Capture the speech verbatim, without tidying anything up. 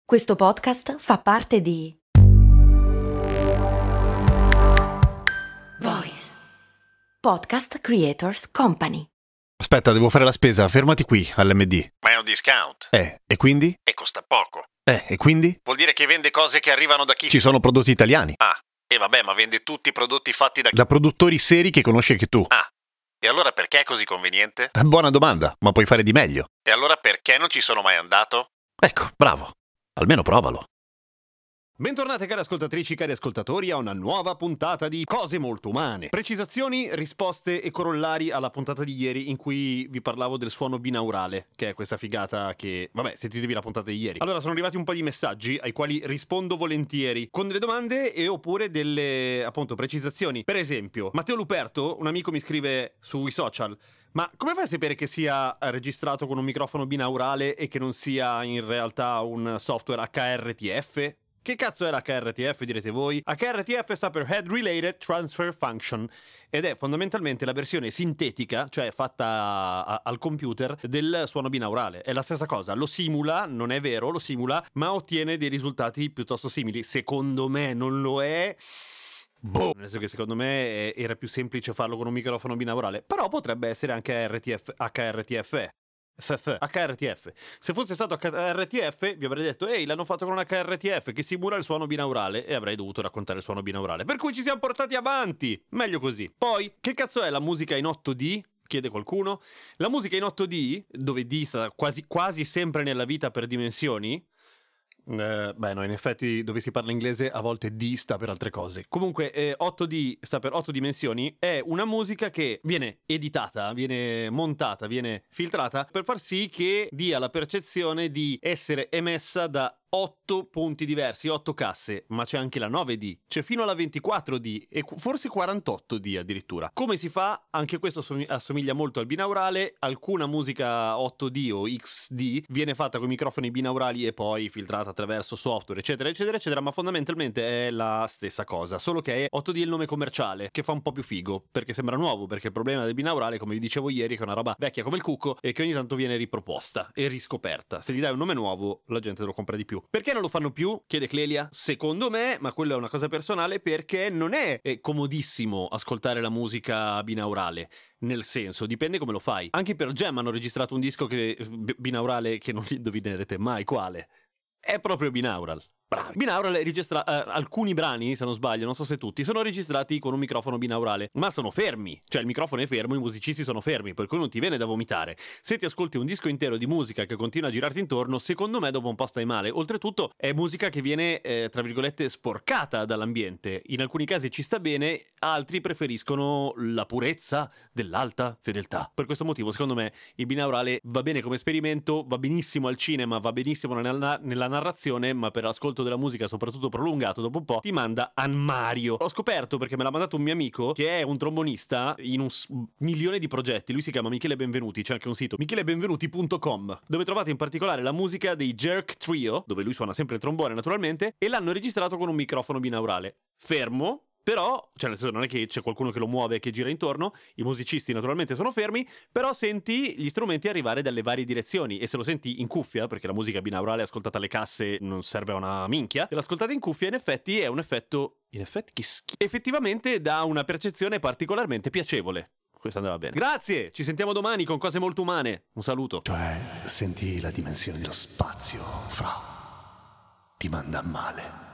Questo podcast fa parte di Voice Podcast Creators Company. Aspetta, devo fare la spesa, fermati qui all'M D. Ma è un discount. Eh, e quindi? E costa poco. Eh, e quindi? Vuol dire che vende cose che arrivano da chi? Ci sono prodotti italiani. Ah, e vabbè, ma vende tutti i prodotti fatti da chi? Da produttori seri che conosci anche tu. Ah, e allora perché è così conveniente? Buona domanda, ma puoi fare di meglio. E allora perché non ci sono mai andato? Ecco, bravo. Almeno provalo. Bentornate cari ascoltatrici, cari ascoltatori a una nuova puntata di Cose Molto Umane. Precisazioni, risposte e corollari alla puntata di ieri in cui vi parlavo del suono binaurale, che è questa figata che... Vabbè, sentitevi la puntata di ieri. Allora, sono arrivati un po' di messaggi ai quali rispondo volentieri con delle domande e oppure delle, appunto, precisazioni. Per esempio, Matteo Luperto, un amico, mi scrive sui social: ma come fai a sapere che sia registrato con un microfono binaurale e che non sia in realtà un software H R T F? Che cazzo è l'H R T F, direte voi? H R T F sta per Head Related Transfer Function ed è fondamentalmente la versione sintetica, cioè fatta a, a, al computer, del suono binaurale. È la stessa cosa, lo simula, non è vero, lo simula, ma ottiene dei risultati piuttosto simili. Secondo me non lo è... Boh. Nel senso che secondo me era più semplice farlo con un microfono binaurale, però potrebbe essere anche R T F, H R T F. F F, H R T F. Se fosse stato H R T F vi avrei detto: ehi, l'hanno fatto con un H R T F che simula il suono binaurale, e avrei dovuto raccontare il suono binaurale. Per cui ci siamo portati avanti. Meglio così. Poi, che cazzo è la musica in otto D? Chiede qualcuno. La musica in otto D, dove D sta quasi, quasi sempre nella vita per dimensioni. Eh, beh no, in effetti dove si parla inglese a volte D sta per altre cose. Comunque eh, otto D sta per otto dimensioni. È una musica che viene editata, viene montata, viene filtrata per far sì che dia la percezione di essere emessa da otto punti diversi, otto casse, ma c'è anche la nove D, c'è fino alla ventiquattro D e forse quarantotto D addirittura. Come si fa? Anche questo assomiglia molto al binaurale. Alcuna musica otto D o X D viene fatta con i microfoni binaurali e poi filtrata attraverso software, eccetera, eccetera, eccetera, ma fondamentalmente è la stessa cosa, solo che otto D è il nome commerciale, che fa un po' più figo, perché sembra nuovo, perché il problema del binaurale, come vi dicevo ieri, che è una roba vecchia come il cucco e che ogni tanto viene riproposta e riscoperta. Se gli dai un nome nuovo, la gente lo compra di più. Perché non lo fanno più? Chiede Clelia. Secondo me, ma quello è una cosa personale, perché non è comodissimo ascoltare la musica binaurale. Nel senso, dipende come lo fai. Anche per Jam hanno registrato un disco che, binaurale che non indovinerete mai quale. È proprio binaural. Bravi. Binaural registra uh, alcuni brani, se non sbaglio, non so se tutti, sono registrati con un microfono binaurale, ma sono fermi. Cioè il microfono è fermo, i musicisti sono fermi, per cui non ti viene da vomitare. Se ti ascolti un disco intero di musica che continua a girarti intorno, secondo me dopo un po' stai male. Oltretutto è musica che viene, eh, tra virgolette, sporcata dall'ambiente. In alcuni casi ci sta bene, altri preferiscono la purezza dell'alta fedeltà. Per questo motivo, secondo me, il binaurale va bene come esperimento, va benissimo al cinema, va benissimo nella, nella narrazione, ma per l'ascolto della musica, soprattutto prolungato, dopo un po' ti manda a Mario. L'ho scoperto perché me l'ha mandato un mio amico che è un trombonista in un s- milione di progetti. Lui si chiama Michele Benvenuti, c'è anche un sito michele benvenuti punto com dove trovate in particolare la musica dei Jerk Trio, dove lui suona sempre il trombone naturalmente, e l'hanno registrato con un microfono binaurale fermo. Però, cioè nel senso, non è che c'è qualcuno che lo muove e che gira intorno, i musicisti naturalmente sono fermi, però senti gli strumenti arrivare dalle varie direzioni, e se lo senti in cuffia, perché la musica binaurale ascoltata alle casse non serve a una minchia, se l'ascoltate in cuffia in effetti è un effetto, in effetti chi schi- effettivamente dà una percezione particolarmente piacevole. Questo andava bene. Grazie, ci sentiamo domani con Cose Molto Umane. Un saluto. Cioè, senti la dimensione dello spazio, fra. Ti manda a male.